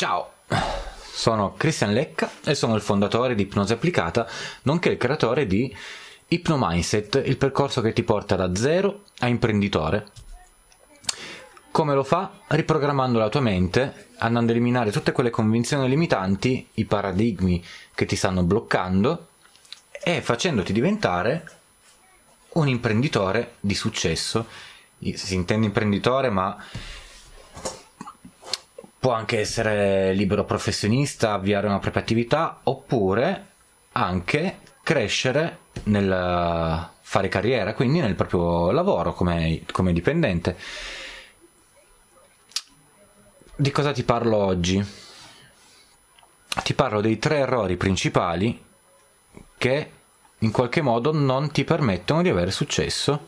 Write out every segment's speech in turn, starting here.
Ciao, sono Christian Lecca e sono il fondatore di Ipnosi Applicata, nonché il creatore di Ipnomindset, il percorso che ti porta da zero a imprenditore. Come lo fa? Riprogrammando la tua mente, andando a eliminare tutte quelle convinzioni limitanti, i paradigmi che ti stanno bloccando e facendoti diventare un imprenditore di successo. Si intende imprenditore, ma può anche essere libero professionista, avviare una propria attività, oppure anche crescere nel fare carriera, quindi nel proprio lavoro come dipendente. Di cosa ti parlo oggi? Ti parlo dei 3 errori principali che in qualche modo non ti permettono di avere successo.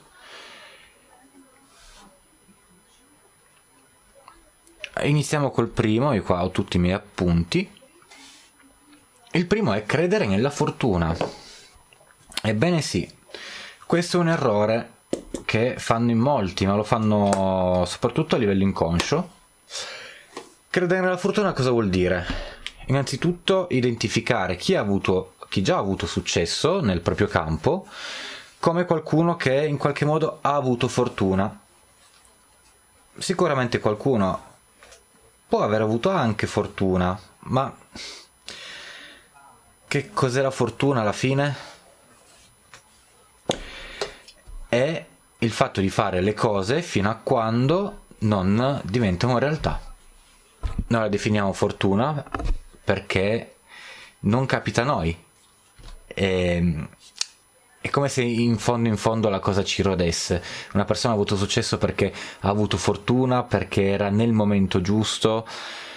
Iniziamo col primo, io qua ho tutti i miei appunti. Il primo è credere nella fortuna. Ebbene sì, questo è un errore che fanno in molti, ma lo fanno soprattutto a livello inconscio. Credere nella fortuna cosa vuol dire? Innanzitutto identificare chi già ha avuto successo nel proprio campo come qualcuno che in qualche modo ha avuto fortuna. Sicuramente qualcuno può aver avuto anche fortuna, ma che cos'è la fortuna alla fine? È il fatto di fare le cose fino a quando non diventano realtà. Noi la definiamo fortuna perché non capita a noi. È come se in fondo la cosa ci rodesse. Una persona ha avuto successo perché ha avuto fortuna, perché era nel momento giusto,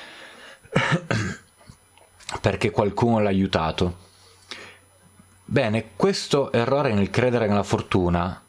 perché qualcuno l'ha aiutato. Bene, questo errore nel credere nella fortuna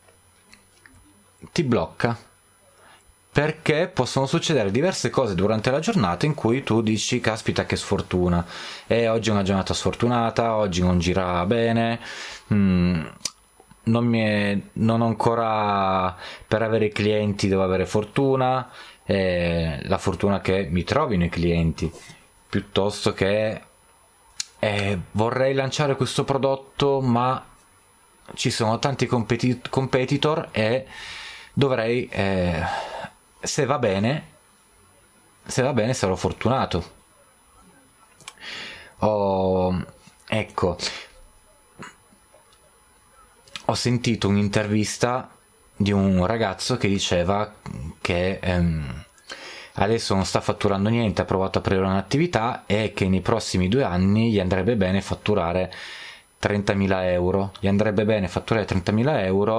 ti blocca, perché possono succedere diverse cose durante la giornata in cui tu dici caspita che sfortuna, oggi è una giornata sfortunata, oggi non gira bene, non ho ancora, per avere clienti devo avere fortuna, la fortuna che mi trovino i clienti, piuttosto che vorrei lanciare questo prodotto ma ci sono tanti competitor e dovrei se va bene sarò fortunato. Ecco, ho sentito un'intervista di un ragazzo che diceva che adesso non sta fatturando niente, ha provato a aprire un'attività e che nei prossimi 2 anni gli andrebbe bene fatturare 30.000 euro. Gli andrebbe bene fatturare 30.000 euro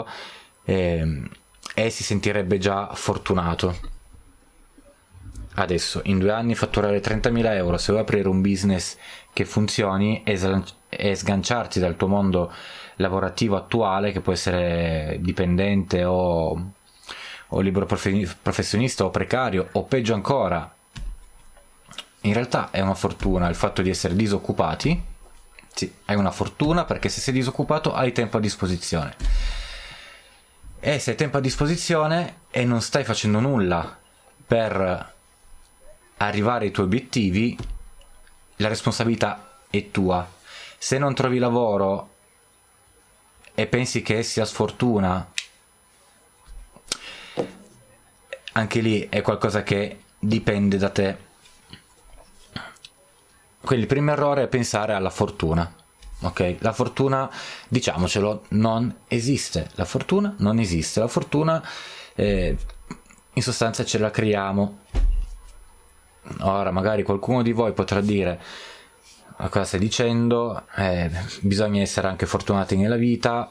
e si sentirebbe già fortunato. Adesso in 2 anni fatturare 30.000 euro, se vuoi aprire un business che funzioni e sganciarti dal tuo mondo lavorativo attuale, che può essere dipendente o libero professionista o precario, o peggio ancora, in realtà è una fortuna il fatto di essere disoccupati. Sì, è una fortuna, perché se sei disoccupato hai tempo a disposizione. E se hai tempo a disposizione e non stai facendo nulla per arrivare ai tuoi obiettivi, la responsabilità è tua. Se non trovi lavoro e pensi che sia sfortuna, anche lì è qualcosa che dipende da te. Quindi il primo errore è pensare alla fortuna. Ok, la fortuna, diciamocelo, non esiste. La fortuna non esiste. La fortuna in sostanza ce la creiamo. Ora magari qualcuno di voi potrà dire: ma cosa stai dicendo? Bisogna essere anche fortunati nella vita.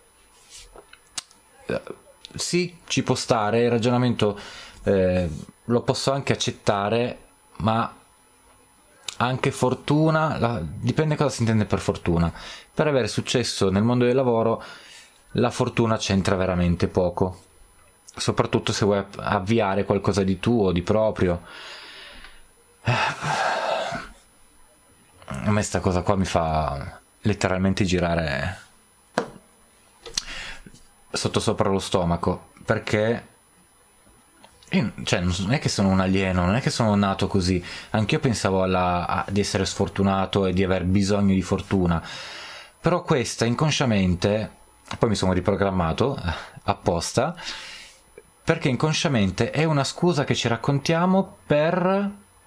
Sì, ci può stare, il ragionamento lo posso anche accettare, ma anche fortuna, dipende cosa si intende per fortuna. Per avere successo nel mondo del lavoro la fortuna c'entra veramente poco, soprattutto se vuoi avviare qualcosa di tuo, di proprio. A me sta cosa qua mi fa letteralmente girare sottosopra lo stomaco, perché Cioè, non è che sono un alieno, non è che sono nato così. Anch'io pensavo di essere sfortunato e di aver bisogno di fortuna. Però questa, inconsciamente, poi mi sono riprogrammato apposta, perché inconsciamente è una scusa che ci raccontiamo per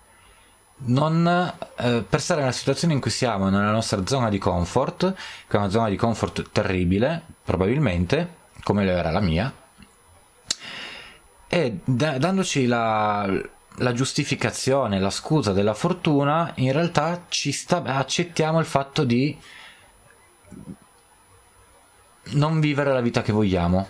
per stare nella situazione in cui siamo, nella nostra zona di comfort, che è una zona di comfort terribile, probabilmente, come lo era la mia, e dandoci la giustificazione, la scusa della fortuna, in realtà accettiamo il fatto di non vivere la vita che vogliamo.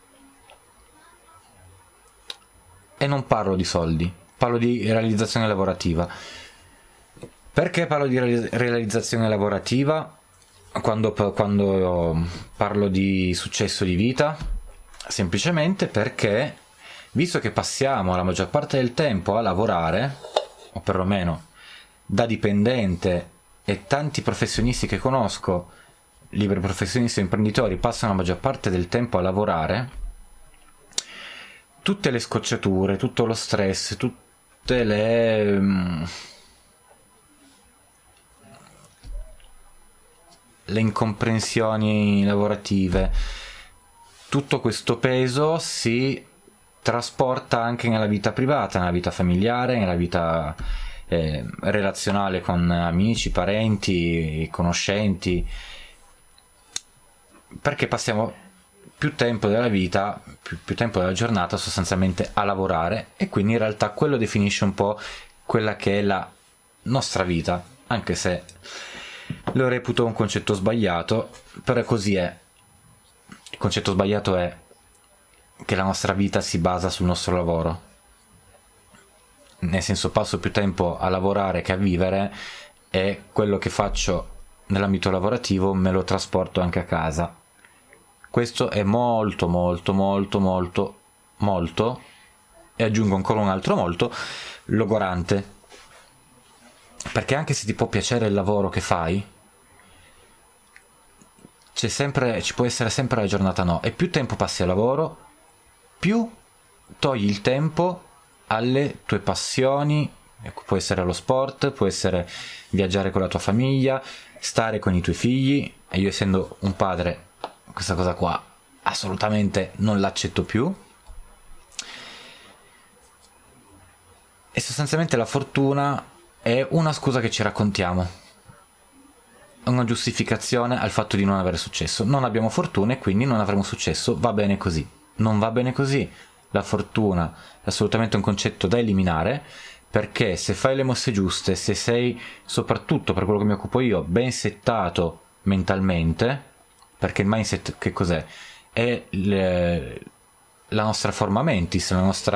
E non parlo di soldi, parlo di realizzazione lavorativa. Perché parlo di realizzazione lavorativa quando parlo di successo di vita? Semplicemente perché, visto che passiamo la maggior parte del tempo a lavorare, o perlomeno da dipendente, e tanti professionisti che conosco, liberi professionisti e imprenditori, passano la maggior parte del tempo a lavorare, tutte le scocciature, tutto lo stress, tutte le incomprensioni lavorative, tutto questo peso si trasporta anche nella vita privata, nella vita familiare, nella vita relazionale con amici, parenti, conoscenti, perché passiamo più tempo della vita, più tempo della giornata sostanzialmente a lavorare, e quindi in realtà quello definisce un po' quella che è la nostra vita, anche se lo reputo un concetto sbagliato, però così è. Il concetto sbagliato è che la nostra vita si basa sul nostro lavoro, nel senso, passo più tempo a lavorare che a vivere, e quello che faccio nell'ambito lavorativo me lo trasporto anche a casa. Questo è molto molto molto molto molto, e aggiungo ancora un altro molto, logorante. Perché anche se ti può piacere il lavoro che fai, ci può essere sempre la giornata no, e più tempo passi al lavoro, più togli il tempo alle tue passioni. Può essere lo sport, può essere viaggiare con la tua famiglia, stare con i tuoi figli, e io, essendo un padre, questa cosa qua assolutamente non l'accetto più. E sostanzialmente la fortuna è una scusa che ci raccontiamo, è una giustificazione al fatto di non avere successo. Non abbiamo fortuna e quindi non avremo successo, va bene così. Non va bene così. La fortuna è assolutamente un concetto da eliminare, perché se fai le mosse giuste, se sei, soprattutto per quello che mi occupo io, ben settato mentalmente, perché il mindset che cos'è? È la nostra forma mentis,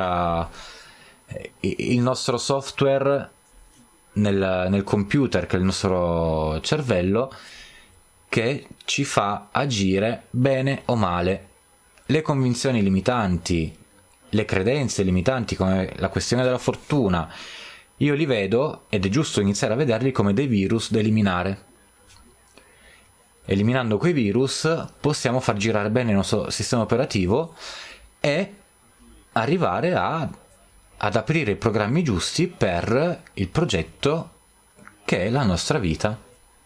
il nostro software nel computer, che è il nostro cervello, che ci fa agire bene o male. Le convinzioni limitanti, le credenze limitanti, come la questione della fortuna, io li vedo, ed è giusto iniziare a vederli come dei virus da eliminare. Eliminando quei virus possiamo far girare bene il nostro sistema operativo e arrivare ad aprire i programmi giusti per il progetto che è la nostra vita.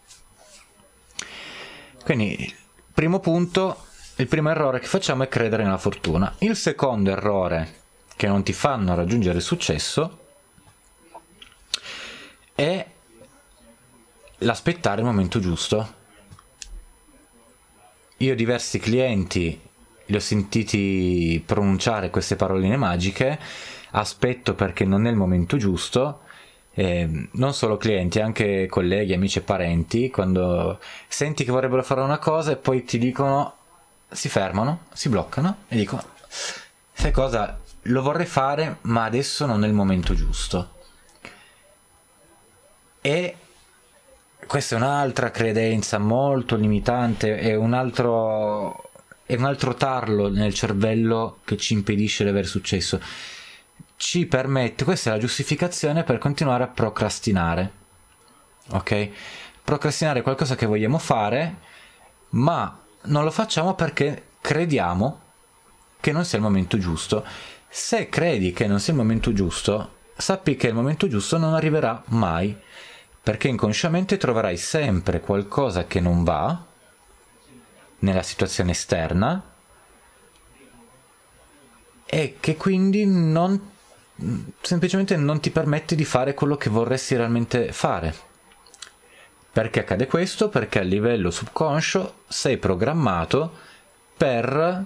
Quindi il primo punto, il primo errore che facciamo è credere nella fortuna. Il secondo errore che non ti fanno raggiungere il successo è l'aspettare il momento giusto. Io diversi clienti li ho sentiti pronunciare queste paroline magiche: aspetto perché non è il momento giusto. Non solo clienti, anche colleghi, amici e parenti, quando senti che vorrebbero fare una cosa e poi ti dicono, si fermano, si bloccano e dicono: sai cosa, lo vorrei fare ma adesso non è il momento giusto. E questa è un'altra credenza molto limitante, è un altro tarlo nel cervello che ci impedisce di avere successo. Ci permette, questa è la giustificazione per continuare a procrastinare, ok? Procrastinare è qualcosa che vogliamo fare, ma non lo facciamo perché crediamo che non sia il momento giusto. Se credi che non sia il momento giusto, sappi che il momento giusto non arriverà mai, perché inconsciamente troverai sempre qualcosa che non va nella situazione esterna e che quindi semplicemente non ti permette di fare quello che vorresti realmente fare. Perché accade questo? Perché a livello subconscio sei programmato per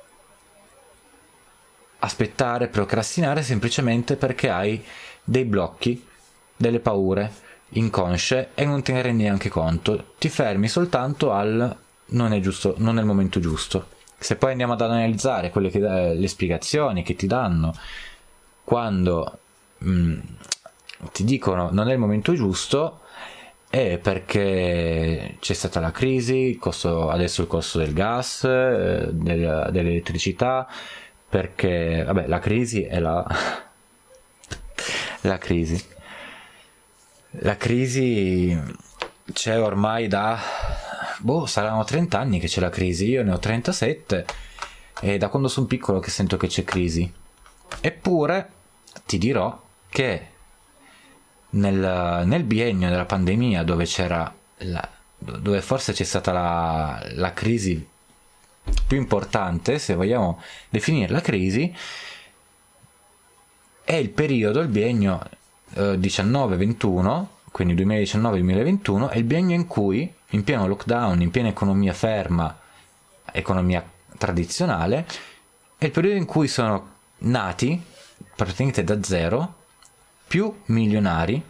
aspettare, procrastinare semplicemente perché hai dei blocchi, delle paure inconsce e non te ne rendi neanche conto. Ti fermi soltanto al non è giusto, non è il momento giusto. Se poi andiamo ad analizzare le spiegazioni che ti danno quando ti dicono non è il momento giusto, è perché c'è stata la crisi, adesso il costo del gas, dell'elettricità, perché vabbè, la crisi è la crisi. La crisi c'è ormai saranno 30 anni che c'è la crisi, io ne ho 37 e da quando sono piccolo che sento che c'è crisi. Eppure ti dirò che nel biennio della pandemia, dove dove forse c'è stata la crisi più importante, se vogliamo definire la crisi, è il biennio 19-21, quindi 2019-2021, è il biennio in cui, in pieno lockdown, in piena economia ferma, economia tradizionale, è il periodo in cui sono nati, praticamente da zero, più milionari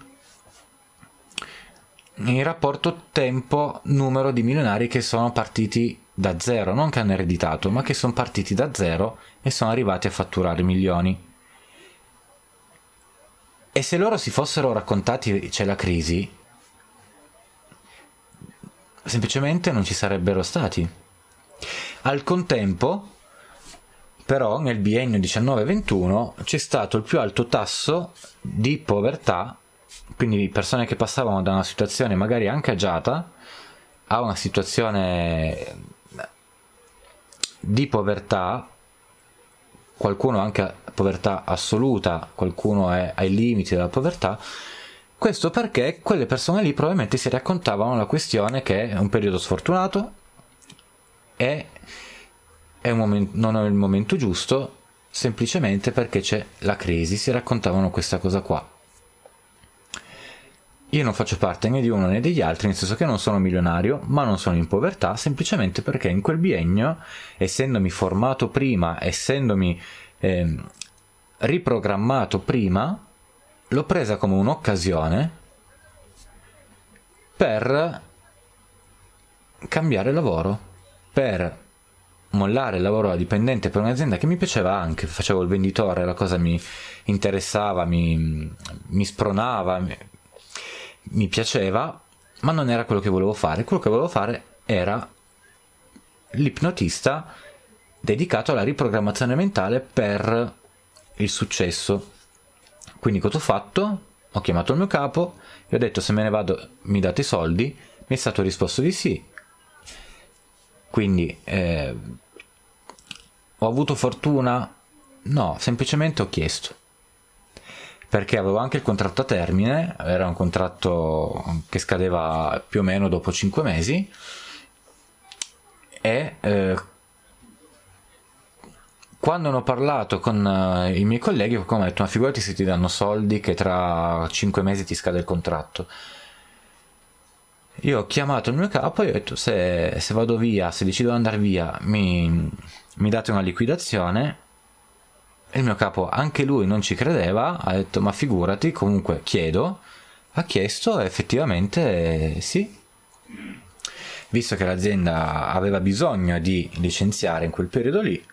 in rapporto tempo-numero di milionari che sono partiti da zero, non che hanno ereditato, ma che sono partiti da zero e sono arrivati a fatturare milioni. E se loro si fossero raccontati c'è la crisi, semplicemente non ci sarebbero stati. Al contempo, però, nel biennio 19-21 c'è stato il più alto tasso di povertà, quindi persone che passavano da una situazione magari anche agiata a una situazione di povertà, qualcuno anche a povertà assoluta, qualcuno è ai limiti della povertà. Questo perché quelle persone lì probabilmente si raccontavano la questione che è un periodo sfortunato e non è il momento giusto, semplicemente perché c'è la crisi, si raccontavano questa cosa qua. Io non faccio parte né di uno né degli altri, nel senso che non sono milionario, ma non sono in povertà, semplicemente perché in quel biennio, essendomi formato prima, essendomi riprogrammato prima, l'ho presa come un'occasione per cambiare lavoro, per mollare il lavoro da dipendente per un'azienda che mi piaceva anche, facevo il venditore, la cosa mi interessava, mi spronava, mi piaceva, ma non era quello che volevo fare. Quello che volevo fare era l'ipnotista dedicato alla riprogrammazione mentale per il successo. Quindi cosa ho fatto? Ho chiamato il mio capo e ho detto: se me ne vado mi date i soldi? Mi è stato risposto di sì. Quindi ho avuto fortuna? No, semplicemente ho chiesto, perché avevo anche il contratto a termine, era un contratto che scadeva più o meno dopo 5 mesi e quando ne ho parlato con i miei colleghi ho detto: ma figurati se ti danno soldi che tra 5 mesi ti scade il contratto. Io ho chiamato il mio capo e ho detto: se vado via, se decido di andare via, mi date una liquidazione. E il mio capo, anche lui non ci credeva, ha detto: ma figurati, comunque chiedo. Ha chiesto e effettivamente sì, visto che l'azienda aveva bisogno di licenziare in quel periodo lì,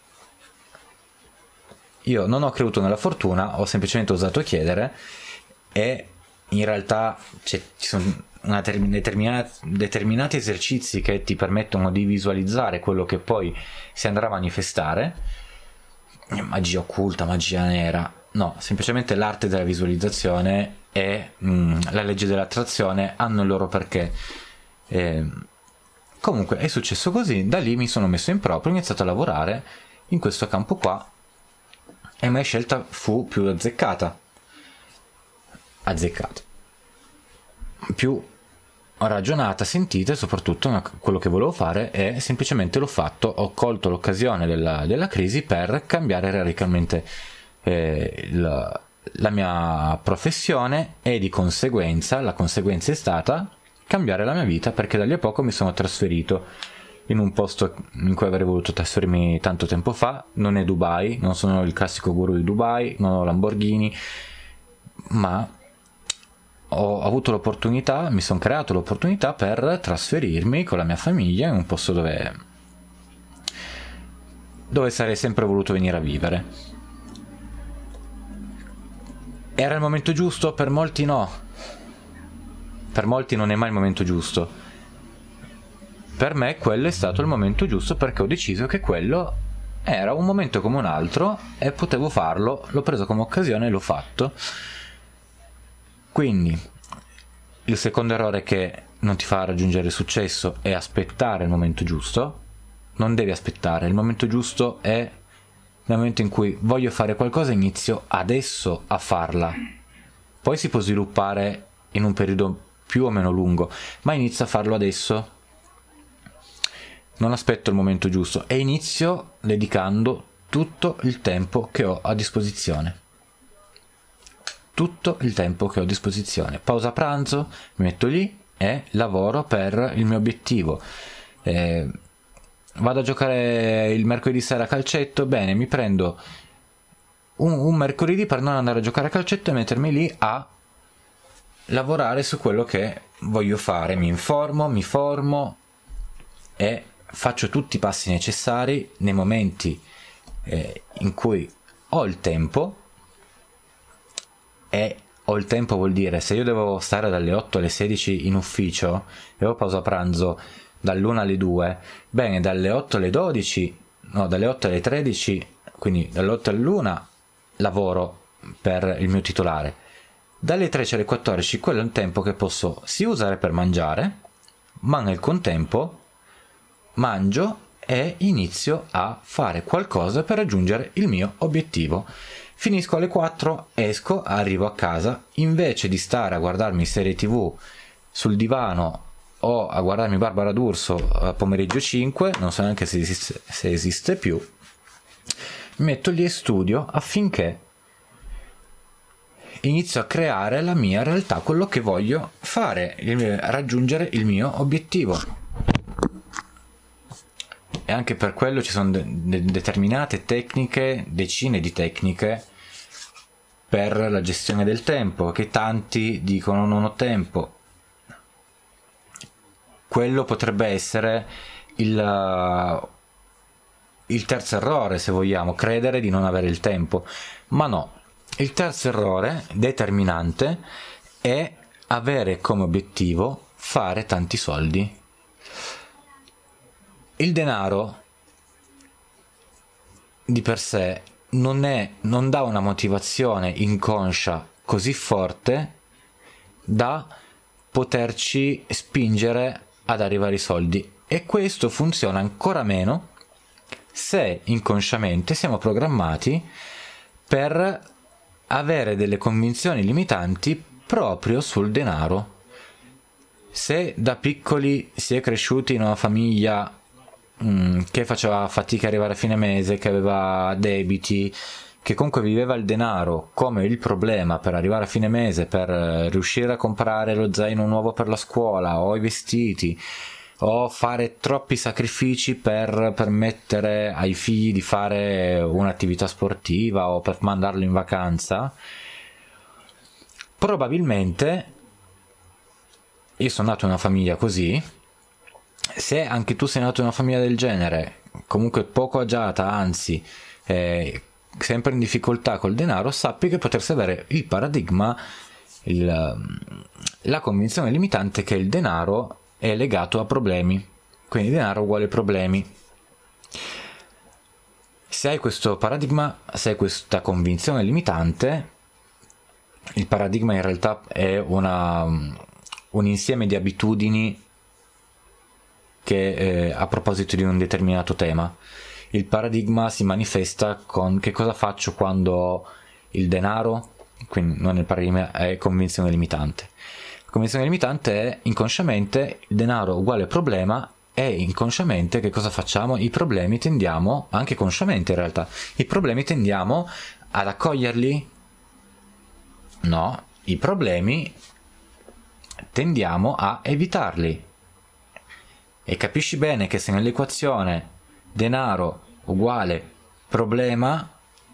io non ho creduto nella fortuna, ho semplicemente osato chiedere e in realtà ci sono determinati esercizi che ti permettono di visualizzare quello che poi si andrà a manifestare. Magia occulta, magia nera, no, semplicemente l'arte della visualizzazione e la legge dell'attrazione hanno il loro perché. Comunque è successo così, da lì mi sono messo in proprio, ho iniziato a lavorare in questo campo qua e la mia scelta fu più azzeccata, più ragionata, sentita, e soprattutto quello che volevo fare è semplicemente l'ho fatto, ho colto l'occasione della crisi per cambiare radicalmente la mia professione, e di conseguenza la conseguenza è stata cambiare la mia vita, perché da lì a poco mi sono trasferito in un posto in cui avrei voluto trasferirmi tanto tempo fa. Non è Dubai, non sono il classico guru di Dubai, non ho Lamborghini, ma ho avuto l'opportunità, mi sono creato l'opportunità per trasferirmi con la mia famiglia in un posto dove sarei sempre voluto venire a vivere. Era il momento giusto? Per molti no. Per molti non è mai il momento giusto. Per me quello è stato il momento giusto, perché ho deciso che quello era un momento come un altro e potevo farlo, l'ho preso come occasione e l'ho fatto. Quindi il secondo errore che non ti fa raggiungere il successo è aspettare il momento giusto. Non devi aspettare, il momento giusto è nel momento in cui voglio fare qualcosa, inizio adesso a farla. Poi si può sviluppare in un periodo più o meno lungo, ma inizio a farlo adesso. Non aspetto il momento giusto e inizio dedicando tutto il tempo che ho a disposizione. Tutto il tempo che ho a disposizione. Pausa pranzo, mi metto lì e lavoro per il mio obiettivo. Vado a giocare il mercoledì sera a calcetto, bene, mi prendo un mercoledì per non andare a giocare a calcetto e mettermi lì a lavorare su quello che voglio fare. Mi informo, mi formo e faccio tutti i passi necessari nei momenti in cui ho il tempo. E ho il tempo vuol dire, se io devo stare dalle 8 alle 16 in ufficio e ho pausa pranzo dall'1 alle 2, bene, dalle 8 alle 12, no, dalle 8 alle 13, quindi dalle 8 all'1 lavoro per il mio titolare, dalle 13 alle 14 quello è un tempo che posso sì usare per mangiare, ma nel contempo mangio e inizio a fare qualcosa per raggiungere il mio obiettivo. Finisco alle 4, esco, arrivo a casa, invece di stare a guardarmi serie TV sul divano o a guardarmi Barbara D'Urso a pomeriggio 5, non so neanche se esiste più, mi metto lì e studio affinché inizio a creare la mia realtà, quello che voglio fare, raggiungere il mio obiettivo. E anche per quello ci sono determinate tecniche, decine di tecniche per la gestione del tempo, che tanti dicono non ho tempo. Quello potrebbe essere il terzo errore, se vogliamo, credere di non avere il tempo. Ma no, il terzo errore determinante è avere come obiettivo fare tanti soldi. Il denaro di per sé non dà una motivazione inconscia così forte da poterci spingere ad arrivare ai soldi, e questo funziona ancora meno se inconsciamente siamo programmati per avere delle convinzioni limitanti proprio sul denaro. Se da piccoli si è cresciuti in una famiglia che faceva fatica ad arrivare a fine mese, che aveva debiti, che comunque viveva il denaro come il problema per arrivare a fine mese, per riuscire a comprare lo zaino nuovo per la scuola o i vestiti, o fare troppi sacrifici per permettere ai figli di fare un'attività sportiva o per mandarlo in vacanza, probabilmente, io sono nato in una famiglia così, se anche tu sei nato in una famiglia del genere, comunque poco agiata, anzi sempre in difficoltà col denaro, sappi che potresti avere il paradigma, la convinzione limitante che il denaro è legato a problemi, quindi denaro uguale problemi. Se hai questo paradigma, se hai questa convinzione limitante, il paradigma in realtà è un insieme di abitudini che a proposito di un determinato tema. il paradigma si manifesta con che cosa faccio quando ho il denaro, quindi non il paradigma, è convinzione limitante. La convinzione limitante è inconsciamente il denaro uguale problema, e inconsciamente che cosa facciamo? I problemi tendiamo, anche consciamente in realtà, i problemi tendiamo ad accoglierli? No, i problemi tendiamo a evitarli. E capisci bene che se nell'equazione denaro uguale problema,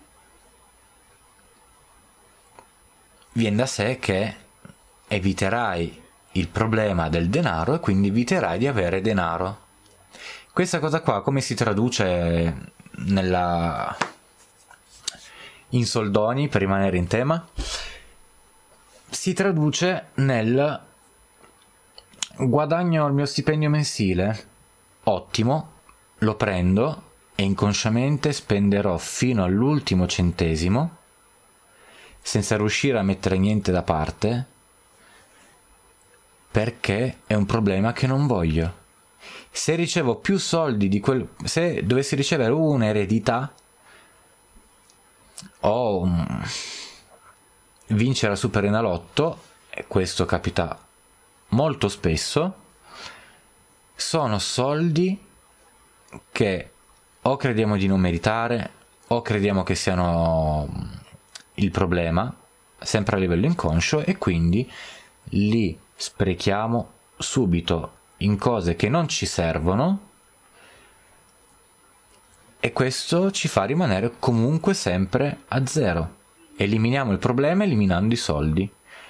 viene da sé che eviterai il problema del denaro e quindi eviterai di avere denaro. Questa cosa qua come si traduce in soldoni, per rimanere in tema? Si traduce nel guadagno il mio stipendio mensile, ottimo, lo prendo e inconsciamente spenderò fino all'ultimo centesimo senza riuscire a mettere niente da parte, perché è un problema che non voglio. Se ricevo più soldi di se dovessi ricevere un'eredità o vincere a Superenalotto, e questo capita molto spesso, sono soldi che o crediamo di non meritare o crediamo che siano il problema, sempre a livello inconscio, e quindi li sprechiamo subito in cose che non ci servono, e questo ci fa rimanere comunque sempre a zero. Eliminiamo il problema eliminando i soldi.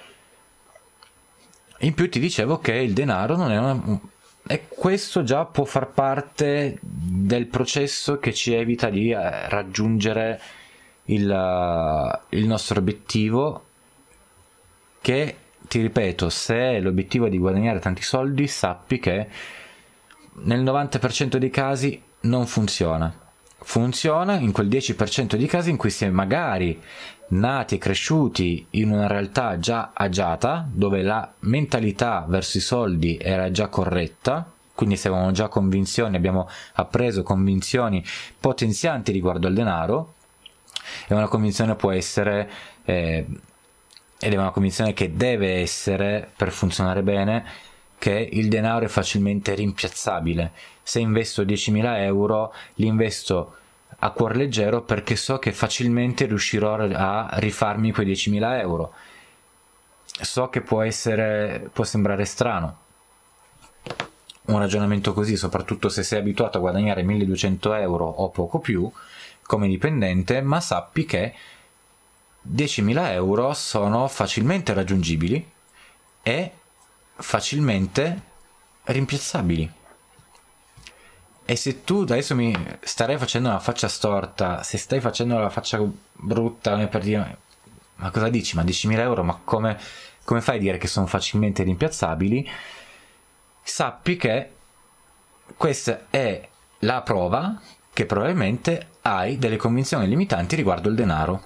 In più ti dicevo che il denaro non è e questo già può far parte del processo che ci evita di raggiungere il nostro obiettivo, che, ti ripeto, se l'obiettivo è di guadagnare tanti soldi, sappi che nel 90% dei casi non funziona. Funziona in quel 10% di casi in cui si è magari nati e cresciuti in una realtà già agiata, dove la mentalità verso i soldi era già corretta, quindi se avevamo già convinzioni, abbiamo appreso convinzioni potenzianti riguardo al denaro, e una convinzione può essere ed è una convinzione che deve essere, per funzionare bene, che il denaro è facilmente rimpiazzabile. Se investo 10.000 euro, li investo a cuor leggero perché so che facilmente riuscirò a rifarmi quei 10.000 euro. So che può sembrare strano un ragionamento così, soprattutto se sei abituato a guadagnare 1.200 euro o poco più come dipendente, ma sappi che 10.000 euro sono facilmente raggiungibili e facilmente rimpiazzabili. E se tu adesso mi starei facendo una faccia storta, se stai facendo la faccia brutta per dire ma cosa dici, ma 10.000 euro, ma come fai a dire che sono facilmente rimpiazzabili? Sappi che questa è la prova che probabilmente hai delle convinzioni limitanti riguardo il denaro.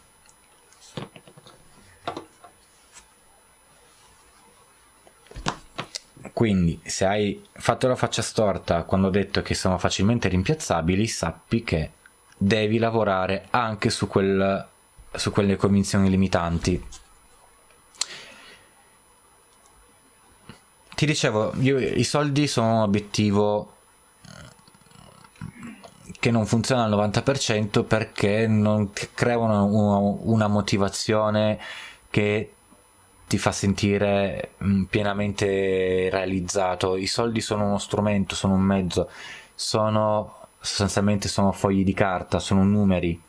Quindi se hai fatto la faccia storta quando ho detto che sono facilmente rimpiazzabili, sappi che devi lavorare anche su quelle convinzioni limitanti. Ti dicevo, i soldi sono un obiettivo che non funziona al 90% perché non creano una motivazione che ti fa sentire pienamente realizzato. I soldi sono uno strumento, sono un mezzo, sostanzialmente sono fogli di carta, sono numeri.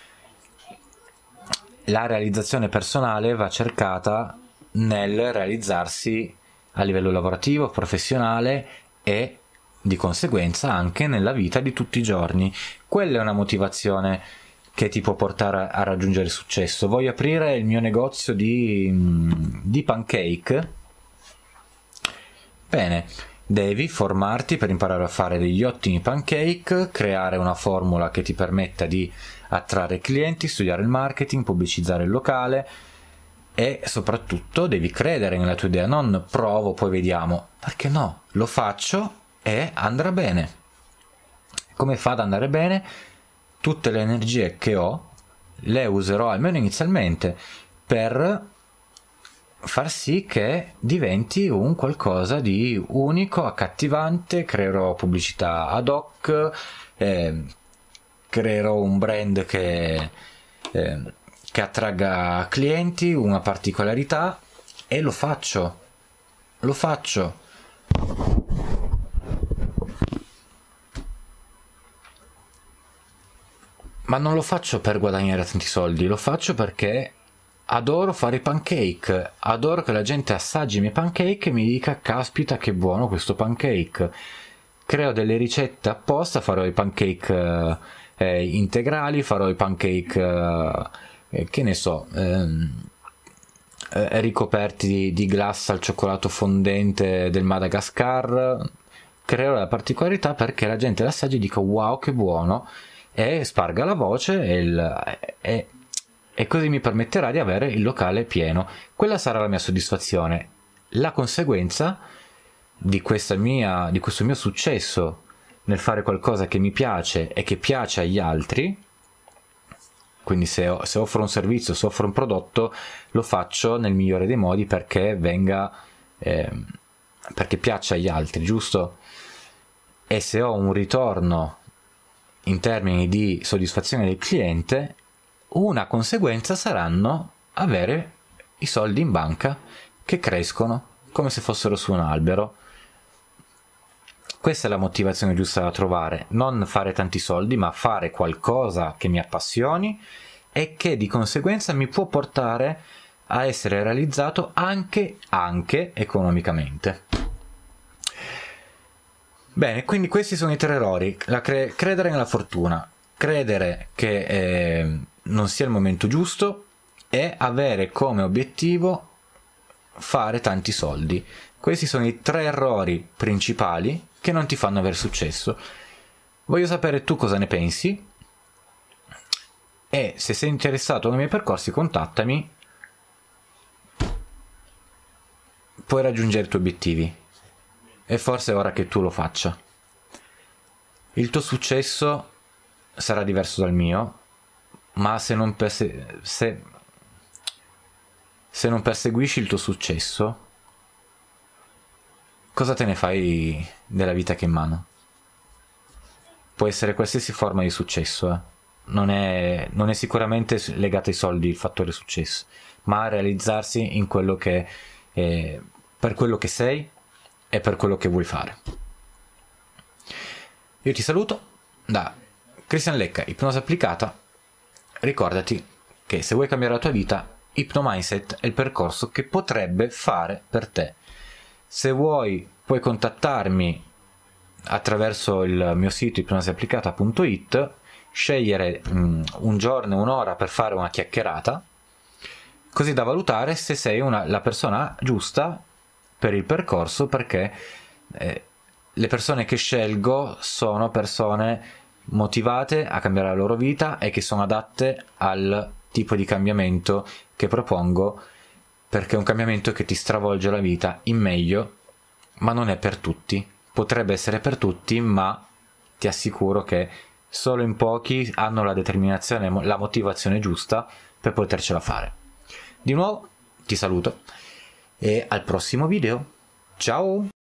La realizzazione personale va cercata nel realizzarsi a livello lavorativo, professionale e di conseguenza anche nella vita di tutti i giorni. Quella è una motivazione che ti può portare a raggiungere il successo. Voglio aprire il mio negozio di pancake. Bene, devi formarti per imparare a fare degli ottimi pancake, creare una formula che ti permetta di attrarre clienti, studiare il marketing, pubblicizzare il locale, e soprattutto devi credere nella tua idea, non provo poi vediamo, perché no, lo faccio e andrà bene. Come fa ad andare bene? Tutte le energie che ho le userò almeno inizialmente per far sì che diventi un qualcosa di unico, accattivante. Creerò pubblicità ad hoc, creerò un brand che attragga clienti, una particolarità, e lo faccio. Ma non lo faccio per guadagnare tanti soldi, lo faccio perché adoro fare i pancake, adoro che la gente assaggi i miei pancake e mi dica caspita che buono questo pancake. Creo delle ricette apposta, farò i pancake integrali, farò i pancake che ne so, ricoperti di glassa al cioccolato fondente del Madagascar. Creerò la particolarità perché la gente l'assaggi e dica wow che buono, e sparga la voce e così mi permetterà di avere il locale pieno. Quella sarà la mia soddisfazione. La conseguenza di questo mio successo nel fare qualcosa che mi piace e che piace agli altri, quindi se offro un servizio, se offro un prodotto, lo faccio nel migliore dei modi perché perché piaccia agli altri, giusto? E se ho un ritorno in termini di soddisfazione del cliente, una conseguenza saranno avere i soldi in banca che crescono come se fossero su un albero. Questa è la motivazione giusta da trovare: non fare tanti soldi, ma fare qualcosa che mi appassioni e che di conseguenza mi può portare a essere realizzato anche economicamente. Bene, quindi questi sono i 3 errori. Credere nella fortuna, credere che non sia il momento giusto, e avere come obiettivo fare tanti soldi. Questi sono i 3 errori principali che non ti fanno avere successo. Voglio sapere tu cosa ne pensi, e se sei interessato ai miei percorsi contattami, puoi raggiungere i tuoi obiettivi. E forse è ora che tu lo faccia. Il tuo successo sarà diverso dal mio, ma se non perseguisci il tuo successo, cosa te ne fai della vita che hai in mano? Può essere qualsiasi forma di successo, non è sicuramente legato ai soldi il fattore successo, ma a realizzarsi in quello che per quello che sei e per quello che vuoi fare. Io ti saluto da Cristian Lecca, Ipnosi Applicata. Ricordati che se vuoi cambiare la tua vita, Hypnomindset è il percorso che potrebbe fare per te. Se vuoi, puoi contattarmi attraverso il mio sito ipnosiapplicata.it, scegliere un giorno e un'ora per fare una chiacchierata, così da valutare se sei la persona giusta per il percorso, perché le persone che scelgo sono persone motivate a cambiare la loro vita e che sono adatte al tipo di cambiamento che propongo, perché è un cambiamento che ti stravolge la vita in meglio, ma non è per tutti. Potrebbe essere per tutti, ma ti assicuro che solo in pochi hanno la determinazione e la motivazione giusta per potercela fare. Di nuovo ti saluto e al prossimo video. Ciao!